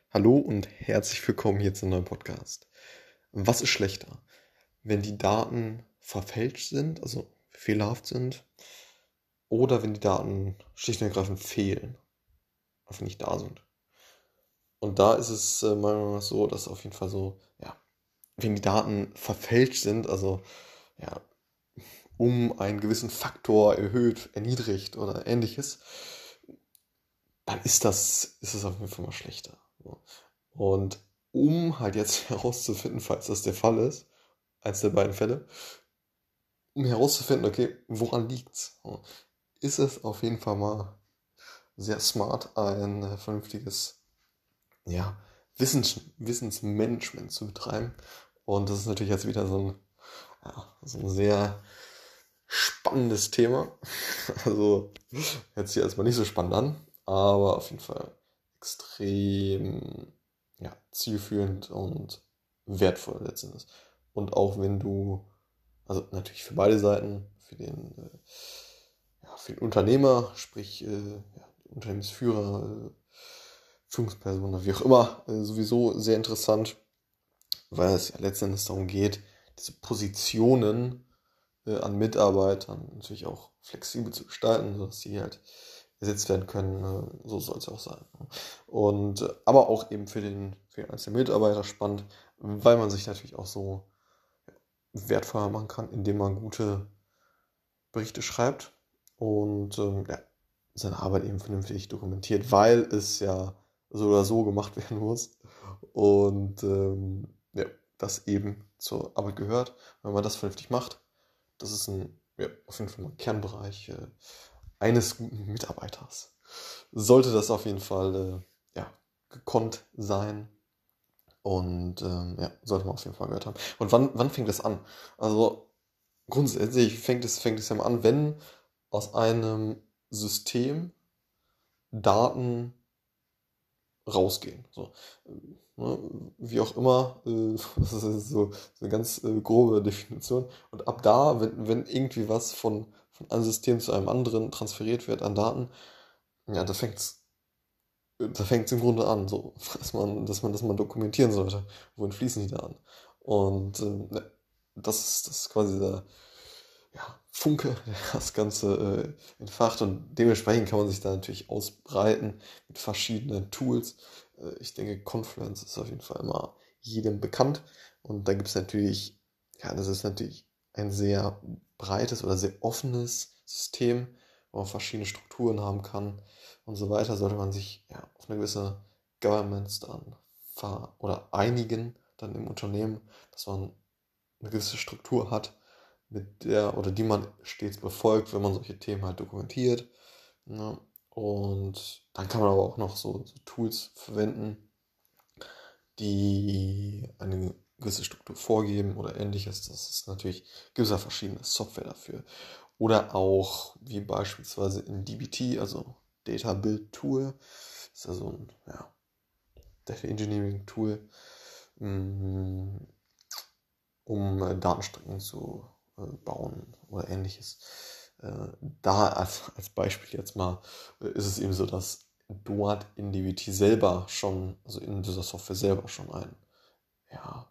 Hallo und herzlich willkommen hier zum neuen Podcast. Was ist schlechter? Wenn die Daten verfälscht sind, also fehlerhaft sind, oder wenn die Daten schlicht und ergreifend fehlen, einfach nicht da sind? Und da ist es meiner Meinung nach so, dass auf jeden Fall so, ja, wenn die Daten verfälscht sind, also ja, um einen gewissen Faktor erhöht, erniedrigt oder ähnliches, dann ist das auf jeden Fall mal schlechter. So. Und um halt jetzt herauszufinden, falls das der Fall ist, eins der beiden Fälle, um herauszufinden, okay, woran liegt's? So, ist es auf jeden Fall mal sehr smart, ein vernünftiges, ja, Wissensmanagement zu betreiben. Und das ist natürlich jetzt wieder so ein sehr spannendes Thema. Also, hört sich erstmal nicht so spannend an, aber auf jeden Fall extrem, ja, zielführend und wertvoll letztendlich. Und auch wenn du, also natürlich für beide Seiten, für den Unternehmer, sprich ja, Unternehmensführer, Führungsperson, wie auch immer, sowieso sehr interessant, weil es ja letztendlich darum geht, diese Positionen an Mitarbeitern natürlich auch flexibel zu gestalten, sodass sie halt ersetzt werden können. So soll es auch sein. Und aber auch eben für den einzelnen Mitarbeiter spannend, weil man sich natürlich auch so wertvoller machen kann, indem man gute Berichte schreibt und ja, seine Arbeit eben vernünftig dokumentiert, weil es ja so oder so gemacht werden muss. Und ja, das eben zur Arbeit gehört. Wenn man das vernünftig macht, das ist ja, auf jeden Fall ein Kernbereich eines guten Mitarbeiters. Sollte das auf jeden Fall ja, gekonnt sein und ja, sollte man auf jeden Fall gehört haben. Und wann fängt das an? Also grundsätzlich fängt es ja mal an, wenn aus einem System Daten rausgehen. So, ne, wie auch immer, das ist so eine ganz grobe Definition. Und ab da, wenn irgendwie was von einem System zu einem anderen transferiert wird an Daten, ja, da fängt's im Grunde an, so, dass man dokumentieren sollte. Wohin fließen die Daten? Und ne, das ist quasi der ja, Funke, der das Ganze entfacht und dementsprechend kann man sich da natürlich ausbreiten mit verschiedenen Tools. Ich denke, Confluence ist auf jeden Fall immer jedem bekannt und da gibt es natürlich, ja, das ist natürlich ein sehr breites oder sehr offenes System, wo man verschiedene Strukturen haben kann und so weiter, sollte man sich ja, auf eine gewisse Governance dann oder einigen dann im Unternehmen, dass man eine gewisse Struktur hat, mit der oder die man stets befolgt, wenn man solche Themen halt dokumentiert. Ne? Und dann kann man aber auch noch so Tools verwenden, die eine gewisse Struktur vorgeben oder ähnliches. Das ist natürlich, gibt es ja verschiedene Software dafür. Oder auch wie beispielsweise in DBT, also Data Build Tool. Das ist ja so ein ja, Data Engineering Tool, mm, um Datenstrecken zu bauen oder ähnliches. Da als Beispiel jetzt mal ist es eben so, dass dort in DBT selber schon, also in dieser Software selber schon ein ja,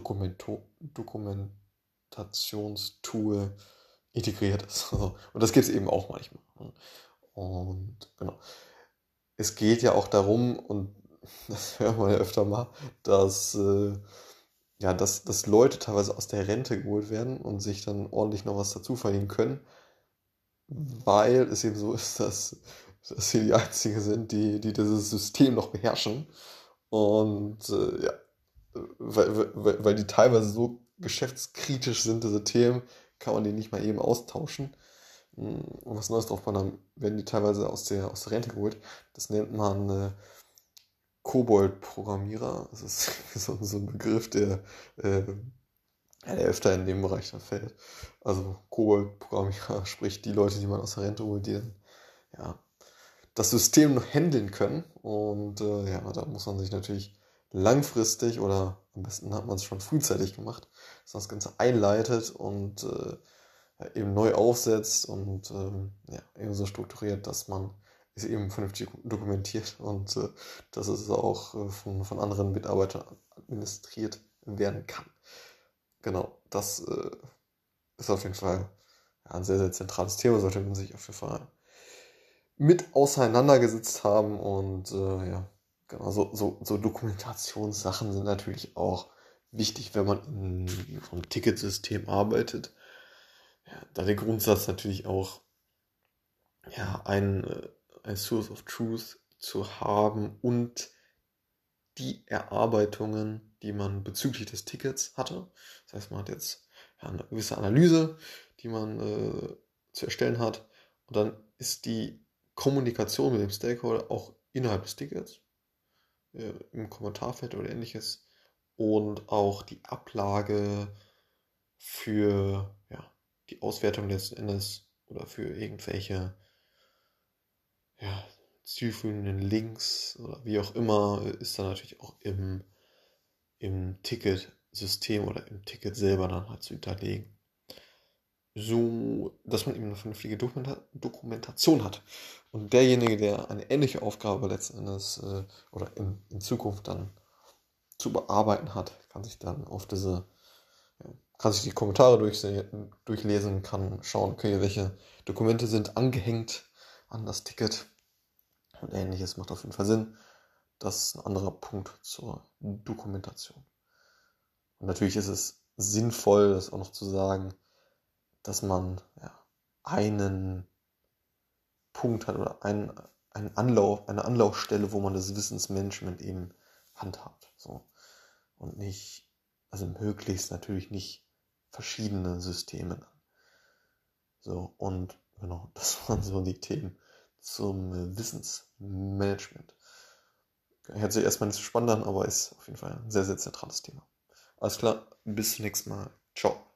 Dokumentationstool integriert ist. Also, und das gibt es eben auch manchmal. Und genau. Es geht ja auch darum, und das hören wir ja öfter mal, dass ja, dass Leute teilweise aus der Rente geholt werden und sich dann ordentlich noch was dazu verdienen können, weil es eben so ist, dass sie die Einzigen sind, die dieses System noch beherrschen. Und ja, weil die teilweise so geschäftskritisch sind, diese Themen, kann man die nicht mal eben austauschen. Und was Neues drauf bauen, dann werden die teilweise aus der Rente geholt. Das nennt man Kobold-Programmierer. Das ist so ein Begriff, äh, ja, der öfter in dem Bereich dann fällt. Also Kobold-Programmierer, sprich die Leute, die man aus der Rente holt, die dann ja, das System noch handeln können. Und ja, da muss man sich natürlich langfristig oder am besten hat man es schon frühzeitig gemacht, dass man das Ganze einleitet und ja, eben neu aufsetzt und ja, eben so strukturiert, dass man ist eben vernünftig dokumentiert und dass es auch von anderen Mitarbeitern administriert werden kann. Genau, das ist auf jeden Fall ein sehr, sehr zentrales Thema, sollte man sich auf jeden Fall mit auseinandergesetzt haben und ja, genau, so Dokumentationssachen sind natürlich auch wichtig, wenn man in so einem Ticketsystem arbeitet. Ja, da der Grundsatz natürlich auch, ja, ein Source of Truth zu haben und die Erarbeitungen, die man bezüglich des Tickets hatte. Das heißt, man hat jetzt ja, eine gewisse Analyse, die man zu erstellen hat. Und dann ist die Kommunikation mit dem Stakeholder auch innerhalb des Tickets, im Kommentarfeld oder ähnliches. Und auch die Ablage für ja, die Auswertung letzten Endes oder für irgendwelche ja, zielführenden Links oder wie auch immer, ist dann natürlich auch im Ticketsystem oder im Ticket selber dann halt zu hinterlegen. So, dass man eben eine vernünftige Dokumentation hat. Und derjenige, der eine ähnliche Aufgabe letzten Endes oder in Zukunft dann zu bearbeiten hat, kann sich dann auf kann sich die Kommentare durchlesen, kann schauen, okay, welche Dokumente sind angehängt an das Ticket und ähnliches. Macht auf jeden Fall Sinn. Das ist ein anderer Punkt zur Dokumentation. Und natürlich ist es sinnvoll, das auch noch zu sagen, dass man ja, einen Punkt hat oder einen eine Anlaufstelle, wo man das Wissensmanagement eben handhabt. So. Und nicht, also möglichst natürlich nicht verschiedene Systeme. So, und genau, das waren so die Themen zum Wissensmanagement. Hört sich erstmal nicht so spannend an, aber ist auf jeden Fall ein sehr, sehr zentrales Thema. Alles klar, bis zum nächsten Mal. Ciao.